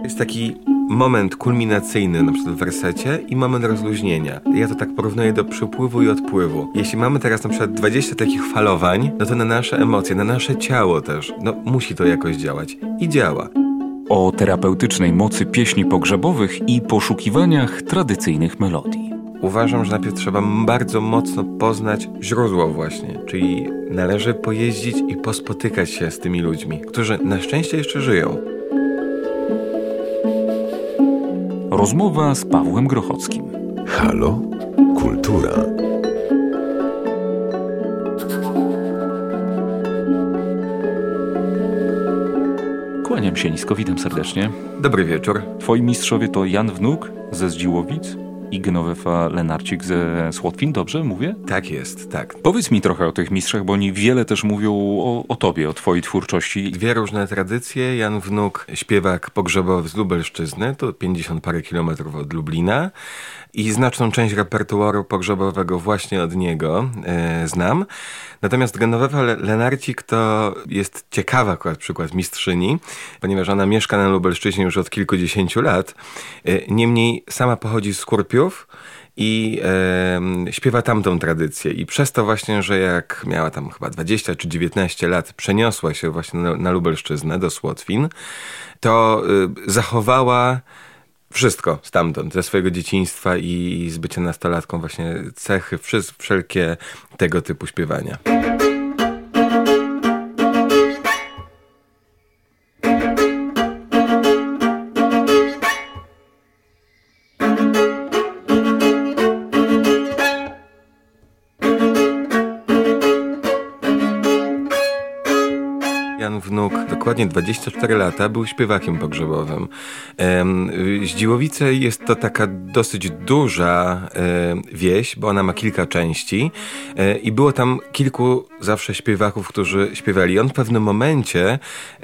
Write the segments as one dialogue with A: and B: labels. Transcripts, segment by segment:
A: Jest taki moment kulminacyjny na przykład w wersecie i moment rozluźnienia. Ja to tak porównuję do przypływu i odpływu. Jeśli mamy teraz na przykład 20 takich falowań, no to na nasze emocje, na nasze ciało też, musi to jakoś działać. I działa.
B: O terapeutycznej mocy pieśni pogrzebowych i poszukiwaniach tradycyjnych melodii.
A: Uważam, że najpierw trzeba bardzo mocno poznać źródło właśnie, czyli należy pojeździć i pospotykać się z tymi ludźmi, którzy na szczęście jeszcze żyją.
B: Rozmowa z Pawłem Grochockim.
C: Halo? Kultura.
B: Kłaniam się nisko, witam serdecznie.
A: Dobry wieczór.
B: Twoi mistrzowie to Jan Wnuk ze Zdziłowic i Genovefa Lenarcik ze Słotwin, dobrze mówię?
A: Tak jest, tak.
B: Powiedz mi trochę o tych mistrzach, bo oni wiele też mówią o tobie, o twojej twórczości.
A: Dwie różne tradycje. Jan Wnuk, śpiewak pogrzebowy z Lubelszczyzny, to 50 parę kilometrów od Lublina. I znaczną część repertuaru pogrzebowego właśnie od niego znam. Natomiast Genovefa Lenarcik to jest ciekawy akurat przykład mistrzyni, ponieważ ona mieszka na Lubelszczyźnie już od kilkudziesięciu lat. Niemniej sama pochodzi z Skorpiów i śpiewa tamtą tradycję. I przez to właśnie, że jak miała tam chyba 20 czy 19 lat, przeniosła się właśnie na Lubelszczyznę, do Słotwin, to zachowała wszystko stamtąd, ze swojego dzieciństwa i z bycia nastolatką, właśnie cechy, wszelkie tego typu śpiewania. Jan Wnuk, dokładnie 24 lata, był śpiewakiem pogrzebowym. Zdziłowice jest to taka dosyć duża wieś, bo ona ma kilka części i było tam kilku zawsze śpiewaków, którzy śpiewali. On w pewnym momencie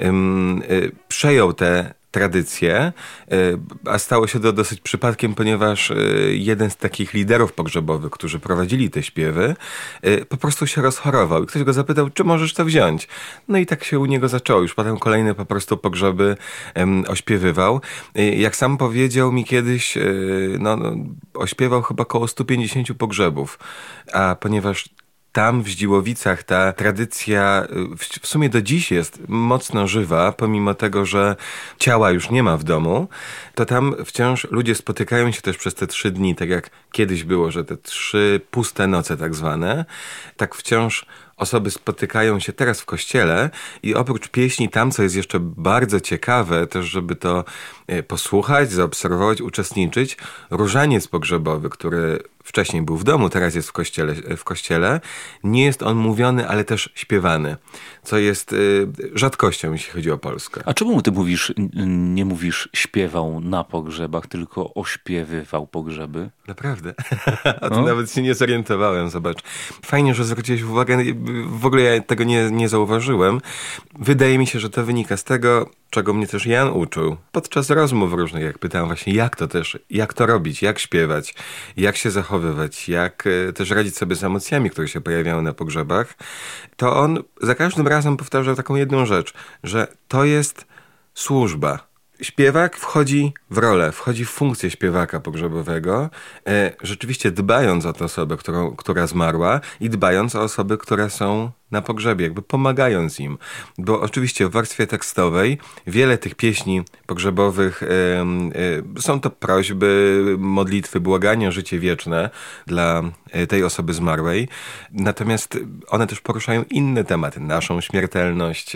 A: przejął te tradycję, a stało się to dosyć przypadkiem, ponieważ jeden z takich liderów pogrzebowych, którzy prowadzili te śpiewy, po prostu się rozchorował i ktoś go zapytał, czy możesz to wziąć. No i tak się u niego zaczęło. Już potem kolejne po prostu pogrzeby ośpiewywał. Jak sam powiedział mi kiedyś, ośpiewał chyba około 150 pogrzebów, a ponieważ tam w Zdziłowicach ta tradycja w sumie do dziś jest mocno żywa, pomimo tego, że ciała już nie ma w domu, to tam wciąż ludzie spotykają się też przez te 3 dni, tak jak kiedyś było, że te 3 puste noce tak zwane, tak wciąż osoby spotykają się teraz w kościele i oprócz pieśni tam, co jest jeszcze bardzo ciekawe, też żeby to posłuchać, zaobserwować, uczestniczyć, różaniec pogrzebowy, który wcześniej był w domu, teraz jest w kościele, nie jest on mówiony, ale też śpiewany, co jest rzadkością, jeśli chodzi o Polskę.
B: A czemu ty nie mówisz śpiewał na pogrzebach, tylko ośpiewywał pogrzeby?
A: Naprawdę? A to nawet się nie zorientowałem, zobacz. Fajnie, że zwróciłeś uwagę, w ogóle ja tego nie zauważyłem. Wydaje mi się, że to wynika z tego, czego mnie też Jan uczył. Podczas rozmów różnych, jak pytałem właśnie, jak to robić, jak śpiewać, jak się zachowywać, jak też radzić sobie z emocjami, które się pojawiały na pogrzebach, to on za każdym razem powtarzał taką jedną rzecz, że to jest służba. Śpiewak wchodzi w rolę, wchodzi w funkcję śpiewaka pogrzebowego, rzeczywiście dbając o tę osobę, która zmarła i dbając o osoby, które są na pogrzebie, jakby pomagając im. Bo oczywiście w warstwie tekstowej wiele tych pieśni pogrzebowych są to prośby, modlitwy, błagania o życie wieczne dla tej osoby zmarłej. Natomiast one też poruszają inne tematy, naszą śmiertelność,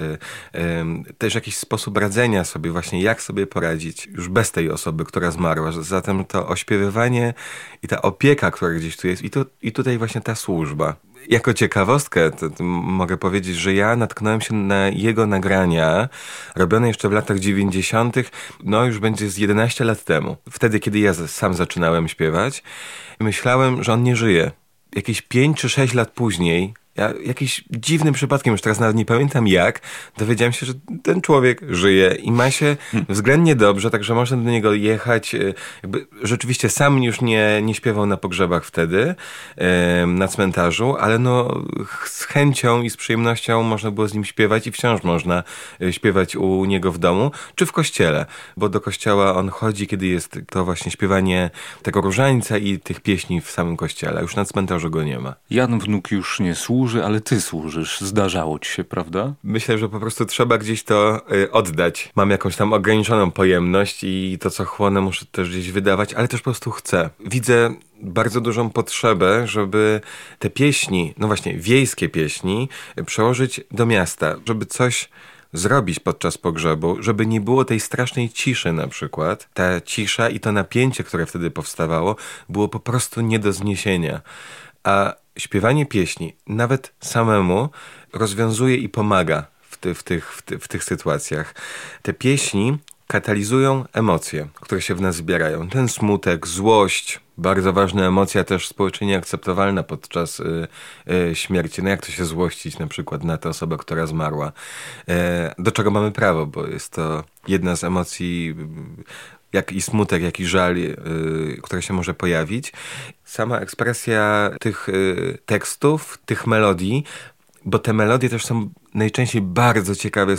A: też jakiś sposób radzenia sobie, właśnie jak sobie poradzić już bez tej osoby, która zmarła. Zatem to ośpiewywanie i ta opieka, która gdzieś tu jest i tutaj właśnie ta służba. Jako ciekawostkę to mogę powiedzieć, że ja natknąłem się na jego nagrania robione jeszcze w latach 90. Już będzie z 11 lat temu. Wtedy, kiedy ja sam zaczynałem śpiewać, myślałem, że on nie żyje. Jakieś 5 czy 6 lat później Ja jakimś dziwnym przypadkiem, już teraz nawet nie pamiętam jak, dowiedziałem się, że ten człowiek żyje i ma się względnie dobrze, także można do niego jechać. Jakby rzeczywiście sam już nie śpiewał na pogrzebach wtedy, na cmentarzu, ale no z chęcią i z przyjemnością można było z nim śpiewać i wciąż można śpiewać u niego w domu, czy w kościele, bo do kościoła on chodzi, kiedy jest to właśnie śpiewanie tego różańca i tych pieśni w samym kościele. Już na cmentarzu go nie ma.
B: Jan Wnuk już nie służy, ale ty służysz. Zdarzało ci się, prawda?
A: Myślę, że po prostu trzeba gdzieś to oddać. Mam jakąś tam ograniczoną pojemność i to, co chłonę, muszę też gdzieś wydawać, ale też po prostu chcę. Widzę bardzo dużą potrzebę, żeby te pieśni, no właśnie wiejskie pieśni, przełożyć do miasta, żeby coś zrobić podczas pogrzebu, żeby nie było tej strasznej ciszy na przykład. Ta cisza i to napięcie, które wtedy powstawało, było po prostu nie do zniesienia. A śpiewanie pieśni, nawet samemu, rozwiązuje i pomaga w tych sytuacjach. Te pieśni katalizują emocje, które się w nas zbierają. Ten smutek, złość, bardzo ważna emocja, też społecznie nieakceptowalna podczas śmierci. No jak to się złościć na przykład na tę osobę, która zmarła? Do czego mamy prawo, bo jest to jedna z emocji, jak i smutek, jak i żal, która się może pojawić. Sama ekspresja tych tekstów, tych melodii, bo te melodie też są najczęściej bardzo ciekawie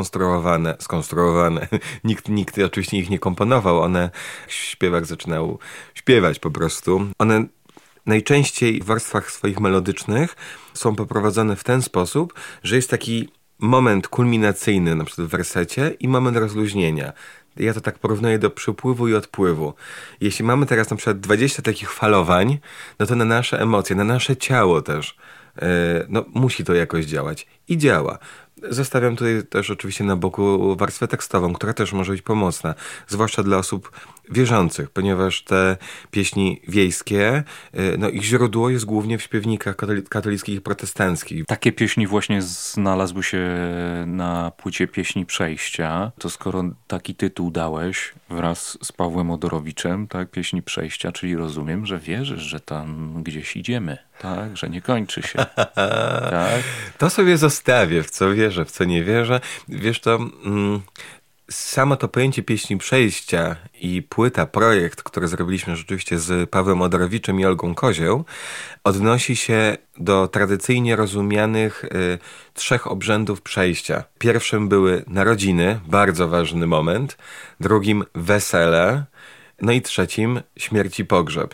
A: skonstruowane. Nikt oczywiście ich nie komponował. One, śpiewak zaczynał śpiewać po prostu. One najczęściej w warstwach swoich melodycznych są poprowadzone w ten sposób, że jest taki moment kulminacyjny, na przykład w wersecie, i moment rozluźnienia. Ja to tak porównuję do przypływu i odpływu. Jeśli mamy teraz na przykład 20 takich falowań, no to na nasze emocje, na nasze ciało też, no musi to jakoś działać. I działa. Zostawiam tutaj też oczywiście na boku warstwę tekstową, która też może być pomocna, zwłaszcza dla osób wierzących, ponieważ te pieśni wiejskie, no ich źródło jest głównie w śpiewnikach katolickich i protestanckich.
B: Takie pieśni właśnie znalazły się na płycie Pieśni Przejścia. To skoro taki tytuł dałeś wraz z Pawłem Odorowiczem, tak, Pieśni Przejścia, czyli rozumiem, że wierzysz, że tam gdzieś idziemy, tak, że nie kończy się. Tak?
A: To sobie zostawię, w co wierzę, w co nie wierzę. Wiesz, to samo to pojęcie Pieśni Przejścia i płyta, projekt, który zrobiliśmy rzeczywiście z Pawłem Odorowiczem i Olgą Kozioł, odnosi się do tradycyjnie rozumianych 3 obrzędów przejścia. Pierwszym były narodziny, bardzo ważny moment, drugim wesele, no i trzecim śmierć i pogrzeb.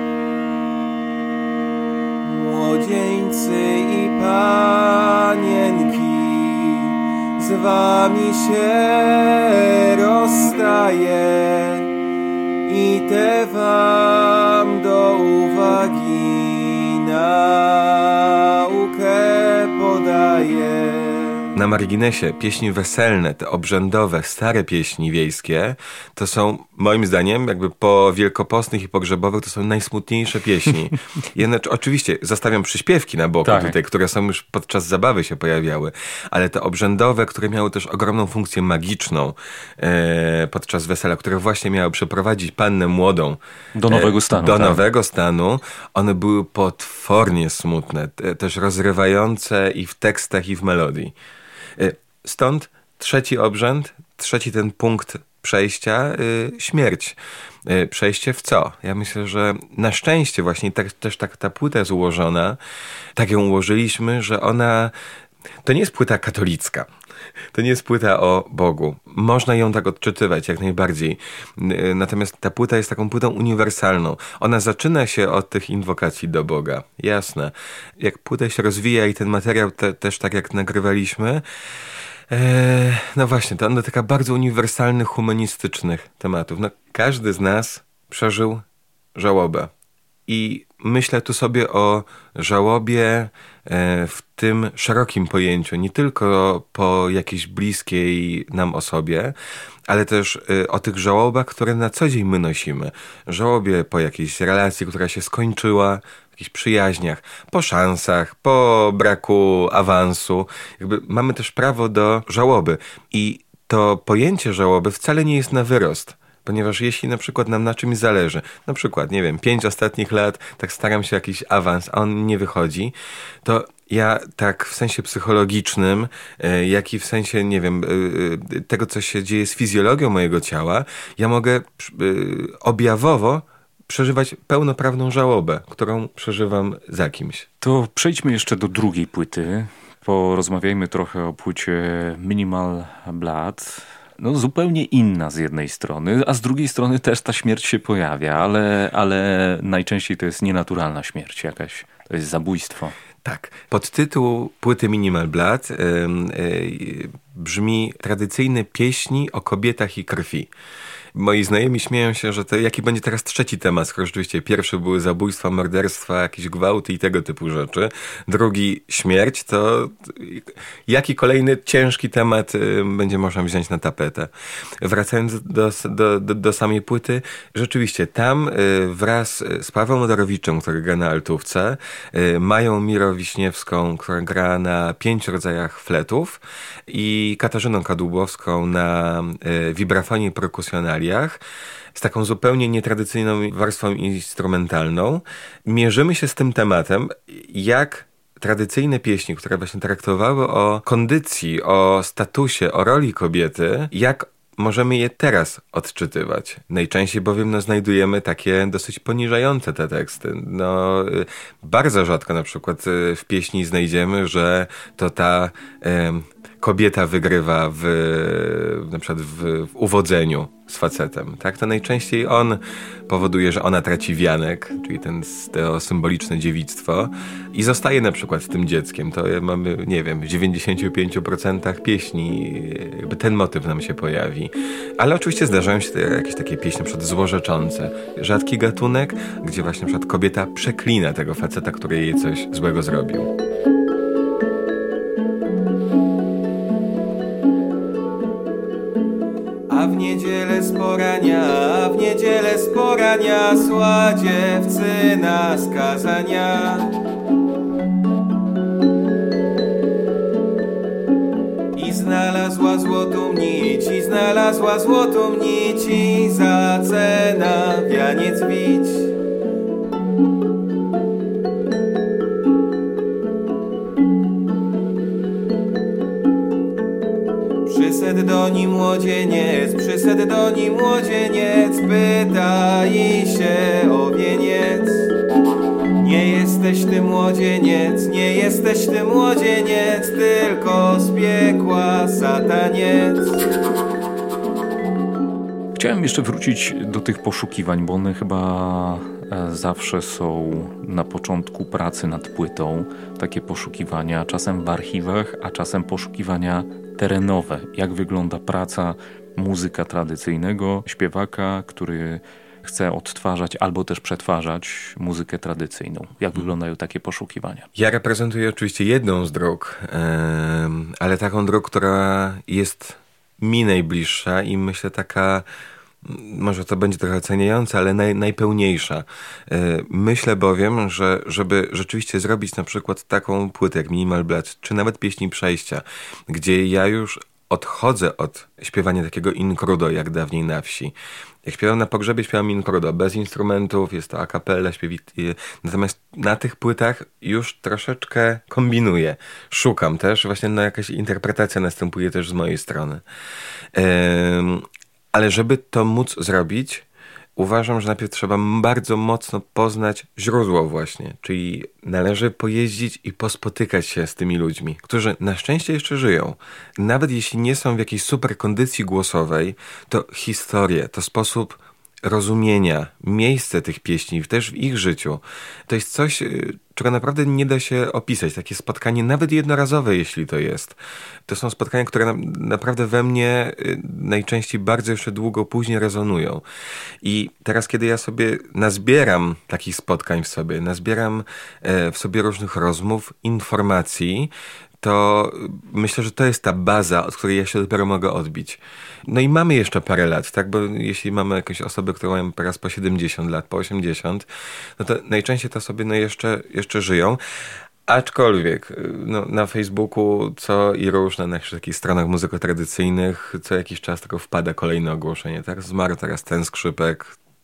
D: Młodzieńcy i panienki, z wami się rozstaje i te wam do uwagi naukę podaję.
A: Na marginesie pieśni weselne, te obrzędowe, stare pieśni wiejskie, to są moim zdaniem jakby po wielkopostnych i pogrzebowych to są najsmutniejsze pieśni. Jednak oczywiście zostawiam przyśpiewki na boku tutaj, które są już podczas zabawy się pojawiały, ale te obrzędowe, które miały też ogromną funkcję magiczną podczas wesela, które właśnie miały przeprowadzić pannę młodą
B: do nowego stanu.
A: Nowego stanu, one były potwornie smutne, też rozrywające i w tekstach, i w melodii. Stąd trzeci obrzęd, trzeci ten punkt przejścia, śmierć. Przejście w co? Ja myślę, że na szczęście właśnie też tak ta płyta jest ułożona, tak ją ułożyliśmy, że ona to nie jest płyta katolicka. To nie jest płyta o Bogu. Można ją tak odczytywać jak najbardziej. Natomiast ta płyta jest taką płytą uniwersalną. Ona zaczyna się od tych inwokacji do Boga. Jasne. Jak płyta się rozwija i ten materiał też tak jak nagrywaliśmy, no właśnie, to on dotyka bardzo uniwersalnych, humanistycznych tematów. No, każdy z nas przeżył żałobę. I myślę tu sobie o żałobie w tym szerokim pojęciu, nie tylko po jakiejś bliskiej nam osobie, ale też o tych żałobach, które na co dzień my nosimy. Żałobie po jakiejś relacji, która się skończyła, w jakichś przyjaźniach, po szansach, po braku awansu. Jakby mamy też prawo do żałoby. I to pojęcie żałoby wcale nie jest na wyrost. Ponieważ jeśli na przykład nam na czymś zależy, na przykład, nie wiem, 5 ostatnich lat, tak staram się jakiś awans, a on nie wychodzi, to Ja tak w sensie psychologicznym, jak i w sensie, nie wiem, tego, co się dzieje z fizjologią mojego ciała, ja mogę objawowo przeżywać pełnoprawną żałobę, którą przeżywam za kimś.
B: To przejdźmy jeszcze do drugiej płyty. Porozmawiajmy trochę o płycie Minimal Blood. No zupełnie inna z jednej strony, a z drugiej strony też ta śmierć się pojawia, ale najczęściej to jest nienaturalna śmierć jakaś. To jest zabójstwo.
A: Tak. Podtytuł płyty Minimal Blood brzmi Tradycyjne pieśni o kobietach i krwi. Moi znajomi śmieją się, że to jaki będzie teraz trzeci temat, skoro rzeczywiście pierwszy były zabójstwa, morderstwa, jakieś gwałty i tego typu rzeczy. Drugi śmierć, to jaki kolejny ciężki temat będzie można wziąć na tapetę. Wracając do samej płyty, rzeczywiście tam wraz z Pawłem Odorowiczem, który gra na altówce, Mają Miro-Wiśniewską, która gra na 5 rodzajach fletów i Katarzyną Kadłubowską na wibrafonie i perkusjonaliach, z taką zupełnie nietradycyjną warstwą instrumentalną. Mierzymy się z tym tematem, jak tradycyjne pieśni, które właśnie traktowały o kondycji, o statusie, o roli kobiety, jak możemy je teraz odczytywać. Najczęściej bowiem znajdujemy takie dosyć poniżające te teksty. Bardzo rzadko na przykład w pieśni znajdziemy, że to ta kobieta wygrywa na przykład w uwodzeniu z facetem. Tak? To najczęściej on powoduje, że ona traci wianek, czyli to symboliczne dziewictwo i zostaje na przykład tym dzieckiem. To mamy, nie wiem, w 95% pieśni jakby ten motyw nam się pojawi. Ale oczywiście zdarzają się jakieś takie pieśni, na przykład złorzeczące. Rzadki gatunek, gdzie właśnie na przykład kobieta przeklina tego faceta, który jej coś złego zrobił.
D: A w niedzielę z porania szła dziewczyna z kazania. I znalazła złotą nić i zaczyna wianiec bić. Przyszedł do nim młodzieniec, pyta i się o wieniec. Nie jesteś ty młodzieniec, tylko z piekła sataniec.
B: Chciałem jeszcze wrócić do tych poszukiwań, bo one chyba zawsze są na początku pracy nad płytą. Takie poszukiwania, czasem w archiwach, a czasem poszukiwania terenowe. Jak wygląda praca muzyka tradycyjnego, śpiewaka, który chce odtwarzać albo też przetwarzać muzykę tradycyjną. Jak wyglądają takie poszukiwania?
A: Ja reprezentuję oczywiście jedną z dróg, ale taką drogę, która jest mi najbliższa i myślę taka, może to będzie trochę oceniające, ale najpełniejsza. Myślę bowiem, że żeby rzeczywiście zrobić na przykład taką płytę jak Minimal Blood, czy nawet Pieśni Przejścia, gdzie ja już odchodzę od śpiewania takiego in crudo, jak dawniej na wsi. Jak śpiewam na pogrzebie, śpiewam in crudo, bez instrumentów, jest to a cappella, natomiast na tych płytach już troszeczkę kombinuję. Szukam też, właśnie jakaś interpretacja następuje też z mojej strony. Ale żeby to móc zrobić, uważam, że najpierw trzeba bardzo mocno poznać źródło właśnie, czyli należy pojeździć i pospotykać się z tymi ludźmi, którzy na szczęście jeszcze żyją. Nawet jeśli nie są w jakiejś super kondycji głosowej, to historię, to sposób rozumienia, miejsce tych pieśni, też w ich życiu, to jest coś, czego naprawdę nie da się opisać. Takie spotkanie, nawet jednorazowe, jeśli to jest. To są spotkania, które naprawdę we mnie najczęściej bardzo jeszcze długo później rezonują. I teraz, kiedy ja sobie nazbieram takich spotkań w sobie, nazbieram w sobie różnych rozmów, informacji, to myślę, że to jest ta baza, od której ja się dopiero mogę odbić. No i mamy jeszcze parę lat, tak? Bo jeśli mamy jakieś osoby, które mają teraz po 70 lat, po 80, no to najczęściej te osoby jeszcze żyją. Aczkolwiek na Facebooku i różne na takich stronach muzykotradycyjnych co jakiś czas tylko wpada kolejne ogłoszenie, tak? Zmarł teraz ten skrzypek,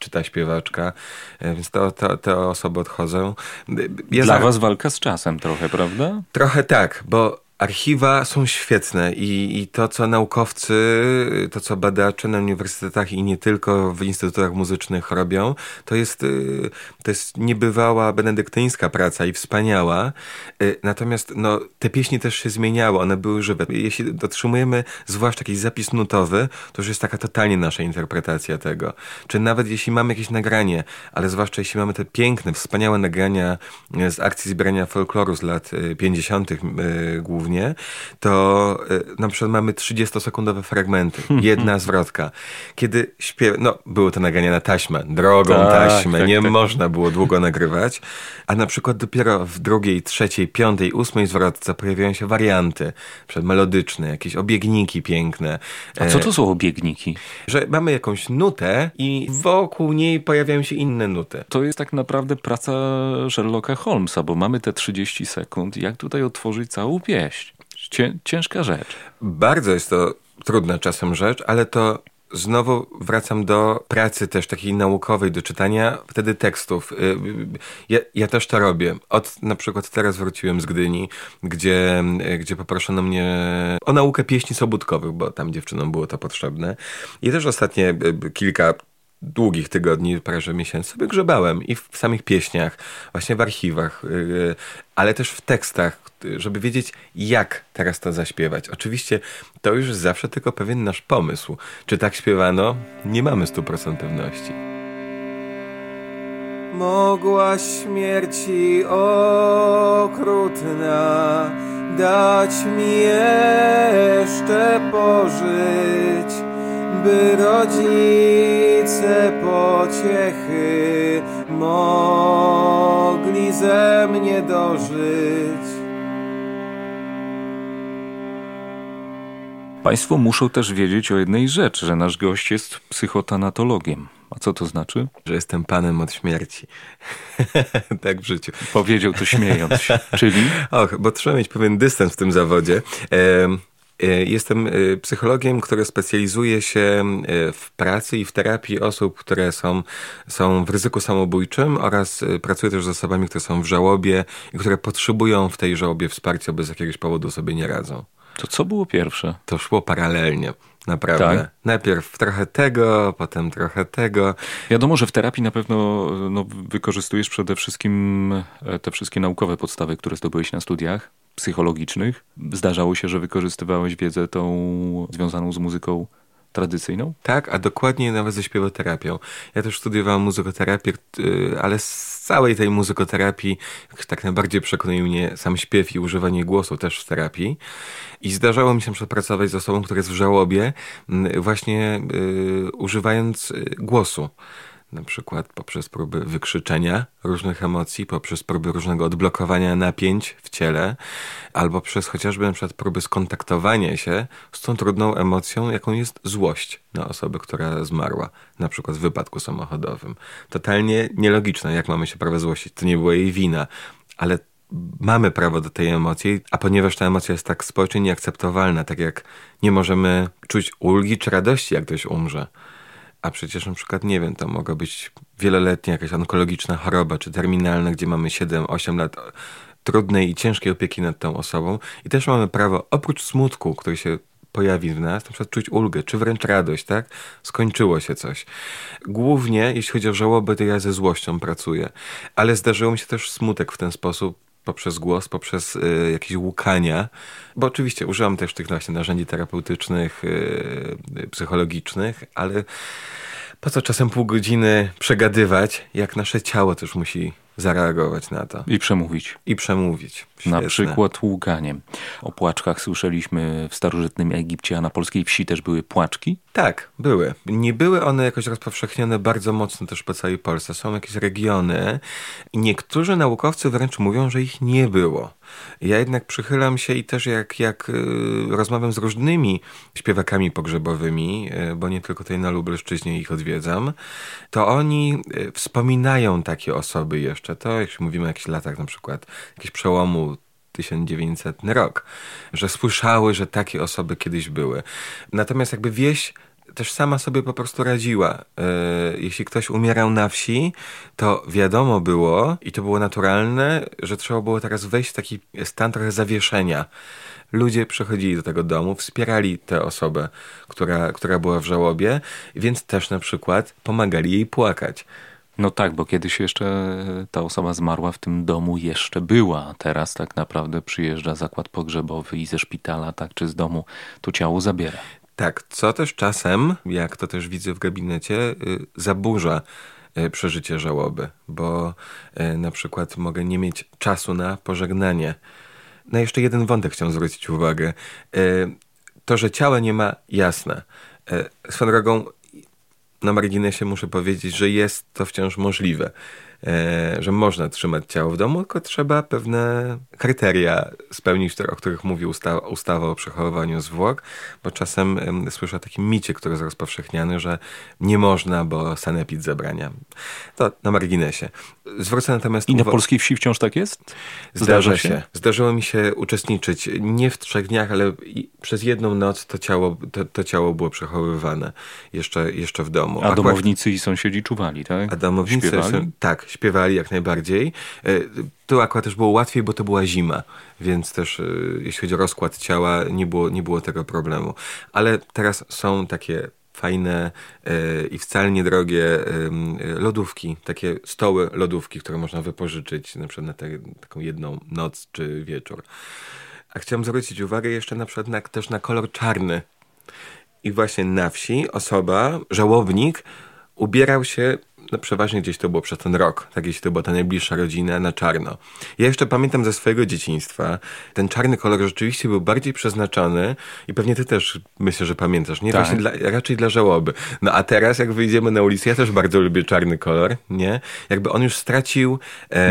A: czy ta śpiewaczka, więc te osoby odchodzą.
B: Dla was walka z czasem trochę, prawda?
A: Trochę tak, bo archiwa są świetne i to, co naukowcy, to, co badacze na uniwersytetach i nie tylko w instytutach muzycznych robią, to jest niebywała benedyktyńska praca i wspaniała. Natomiast te pieśni też się zmieniały, one były żywe. Jeśli dotrzymujemy zwłaszcza jakiś zapis nutowy, to już jest taka totalnie nasza interpretacja tego. Czy nawet jeśli mamy jakieś nagranie, ale zwłaszcza jeśli mamy te piękne, wspaniałe nagrania z akcji zbierania folkloru z lat 50. Głównie, to na przykład mamy 30-sekundowe fragmenty, jedna zwrotka. Kiedy były to nagrania na taśmę, drogą taśmę, nie można było długo nagrywać, a na przykład dopiero w 2., 3., 5., 8. zwrotce pojawiają się warianty, melodyczne, jakieś obiegniki piękne.
B: A co to są obiegniki?
A: Że mamy jakąś nutę i wokół niej pojawiają się inne nuty.
B: To jest tak naprawdę praca Sherlocka Holmesa, bo mamy te 30 sekund. Jak tutaj otworzyć całą pieśń? Ciężka rzecz.
A: Bardzo jest to trudna czasem rzecz, ale to znowu wracam do pracy też takiej naukowej, do czytania wtedy tekstów. Ja też to robię. Na przykład teraz wróciłem z Gdyni, gdzie poproszono mnie o naukę pieśni sobótkowych, bo tam dziewczynom było to potrzebne. I też ostatnie kilka długich tygodni, parę miesięcy sobie grzebałem i w samych pieśniach, właśnie w archiwach, ale też w tekstach, żeby wiedzieć, jak teraz to zaśpiewać. Oczywiście to już jest zawsze tylko pewien nasz pomysł. Czy tak śpiewano? Nie mamy 100% pewności.
D: Mogła śmierci okrutna dać mi jeszcze pożyć, by rodzice pociechy mogli ze mnie dożyć.
B: Państwo muszą też wiedzieć o jednej rzeczy, że nasz gość jest psychotanatologiem. A co to znaczy?
A: Że jestem panem od śmierci. Tak w życiu.
B: Powiedział to śmiejąc się. Czyli?
A: Bo trzeba mieć pewien dystans w tym zawodzie. Jestem psychologiem, który specjalizuje się w pracy i w terapii osób, które są w ryzyku samobójczym, oraz pracuję też z osobami, które są w żałobie i które potrzebują w tej żałobie wsparcia, bez jakiegoś powodu sobie nie radzą.
B: To co było pierwsze?
A: To szło paralelnie. Naprawdę. Tak? Najpierw trochę tego, potem trochę tego.
B: Wiadomo, że w terapii na pewno wykorzystujesz przede wszystkim te wszystkie naukowe podstawy, które zdobyłeś na studiach psychologicznych. Zdarzało się, że wykorzystywałeś wiedzę tą związaną z muzyką tradycyjną?
A: Tak, a dokładnie nawet ze śpiewoterapią. Ja też studiowałem muzykoterapię, ale z całej tej muzykoterapii tak najbardziej przekonuje mnie sam śpiew i używanie głosu też w terapii. I zdarzało mi się pracować z osobą, która jest w żałobie, właśnie używając głosu. Na przykład poprzez próby wykrzyczenia różnych emocji, poprzez próby różnego odblokowania napięć w ciele, albo przez chociażby na przykład próby skontaktowania się z tą trudną emocją, jaką jest złość na osobę, która zmarła, na przykład w wypadku samochodowym. Totalnie nielogiczne, jak mamy się prawo złościć. To nie była jej wina, ale mamy prawo do tej emocji, a ponieważ ta emocja jest tak społecznie nieakceptowalna, tak jak nie możemy czuć ulgi czy radości, jak ktoś umrze. A przecież na przykład, nie wiem, to mogła być wieloletnia jakaś onkologiczna choroba, czy terminalna, gdzie mamy 7-8 lat trudnej i ciężkiej opieki nad tą osobą. I też mamy prawo, oprócz smutku, który się pojawi w nas, na przykład czuć ulgę, czy wręcz radość, tak? Skończyło się coś. Głównie, jeśli chodzi o żałobę, to ja ze złością pracuję. Ale zdarzyło mi się też smutek w ten sposób, poprzez głos, poprzez jakieś łukania, bo oczywiście użyłam też tych właśnie narzędzi terapeutycznych, psychologicznych, ale po co czasem pół godziny przegadywać, jak nasze ciało też musi zareagować na to.
B: I przemówić.
A: I przemówić. Świetne.
B: Na przykład łukaniem. O płaczkach słyszeliśmy w starożytnym Egipcie, a na polskiej wsi też były płaczki?
A: Tak, były. Nie były one jakoś rozpowszechnione bardzo mocno też po całej Polsce. Są jakieś regiony i niektórzy naukowcy wręcz mówią, że ich nie było. Ja jednak przychylam się i też jak rozmawiam z różnymi śpiewakami pogrzebowymi, bo nie tylko tutaj na Lubelszczyźnie ich odwiedzam, to oni wspominają takie osoby jeszcze. To jak mówimy o jakichś latach na przykład, jakieś przełomu 1900 rok, że słyszały, że takie osoby kiedyś były. Natomiast jakby wieś też sama sobie po prostu radziła. Jeśli ktoś umierał na wsi, to wiadomo było, i to było naturalne, że trzeba było teraz wejść w taki stan trochę zawieszenia. Ludzie przychodzili do tego domu, wspierali tę osobę, która była w żałobie, więc też na przykład pomagali jej płakać.
B: No tak, bo kiedyś jeszcze ta osoba zmarła w tym domu jeszcze była. Teraz tak naprawdę przyjeżdża zakład pogrzebowy i ze szpitala, tak czy z domu, to ciało zabiera.
A: Tak, co też czasem, jak to też widzę w gabinecie, zaburza przeżycie żałoby, bo na przykład mogę nie mieć czasu na pożegnanie. Na jeszcze jeden wątek chciałem zwrócić uwagę. To, że ciała nie ma, jasne. Swoją drogą, na marginesie muszę powiedzieć, że jest to wciąż możliwe, że można trzymać ciało w domu, tylko trzeba pewne kryteria spełnić, o których mówi ustawa o przechowywaniu zwłok, bo czasem słyszę o takim micie, który jest rozpowszechniany, że nie można, bo sanepid zabrania. To na marginesie. Zwrócę natomiast
B: I na polskiej wsi wciąż tak jest?
A: Zdarza się. Zdarzyło mi się uczestniczyć nie w 3 dniach, ale przez jedną noc to ciało było przechowywane jeszcze w domu.
B: A domownicy i sąsiedzi czuwali, tak?
A: A domownicy
B: śpiewali?
A: Tak, śpiewali jak najbardziej. Tu akurat też było łatwiej, bo to była zima, więc też jeśli chodzi o rozkład ciała, nie było tego problemu. Ale teraz są takie fajne i wcale niedrogie lodówki, takie stoły lodówki, które można wypożyczyć na przykład na taką jedną noc czy wieczór. A chciałem zwrócić uwagę jeszcze na przykład też na kolor czarny. I właśnie na wsi żałobnik ubierał się, no przeważnie gdzieś to było przez ten rok, tak jeśli to była ta najbliższa rodzina, na czarno. Ja jeszcze pamiętam ze swojego dzieciństwa, ten czarny kolor rzeczywiście był bardziej przeznaczony i pewnie ty też myślę, że pamiętasz, nie?
B: Tak.
A: Właśnie raczej dla żałoby. No a teraz jak wyjdziemy na ulicę, ja też bardzo lubię czarny kolor, nie? Jakby on już stracił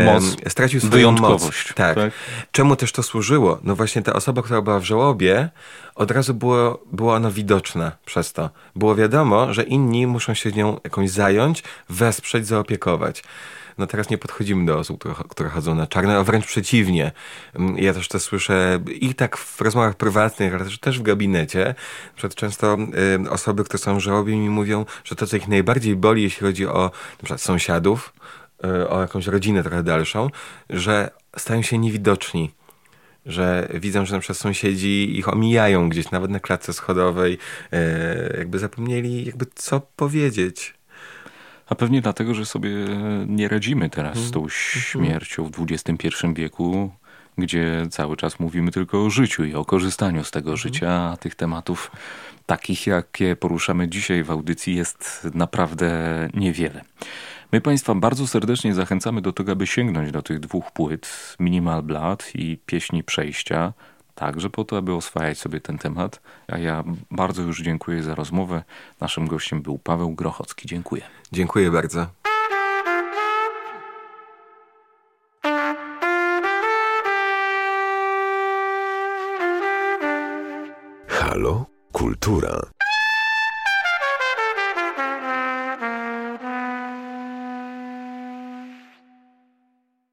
A: swoją
B: wyjątkowość.
A: moc. Tak. Czemu też to służyło? No właśnie ta osoba, która była w żałobie, od razu była ona widoczna przez to. Było wiadomo, że inni muszą się nią jakąś zająć, wesprzeć, zaopiekować. No teraz nie podchodzimy do osób, które chodzą na czarno, a wręcz przeciwnie. Ja też to słyszę i tak w rozmowach prywatnych, ale też w gabinecie. Często osoby, które są w żałobie, mi mówią, że to, co ich najbardziej boli, jeśli chodzi o na przykład sąsiadów, o jakąś rodzinę trochę dalszą, że stają się niewidoczni. Że widzą, że na przykład sąsiedzi ich omijają gdzieś, nawet na klatce schodowej, jakby zapomnieli co powiedzieć.
B: A pewnie dlatego, że sobie nie radzimy teraz z tą śmiercią w XXI wieku, gdzie cały czas mówimy tylko o życiu i o korzystaniu z tego życia, a tych tematów takich, jakie poruszamy dzisiaj w audycji, jest naprawdę niewiele. My Państwa bardzo serdecznie zachęcamy do tego, aby sięgnąć do tych 2 płyt, Minimal Blood i Pieśni Przejścia, także po to, aby oswajać sobie ten temat. A ja bardzo już dziękuję za rozmowę. Naszym gościem był Paweł Grochocki. Dziękuję.
A: Dziękuję bardzo.
C: Halo? Kultura.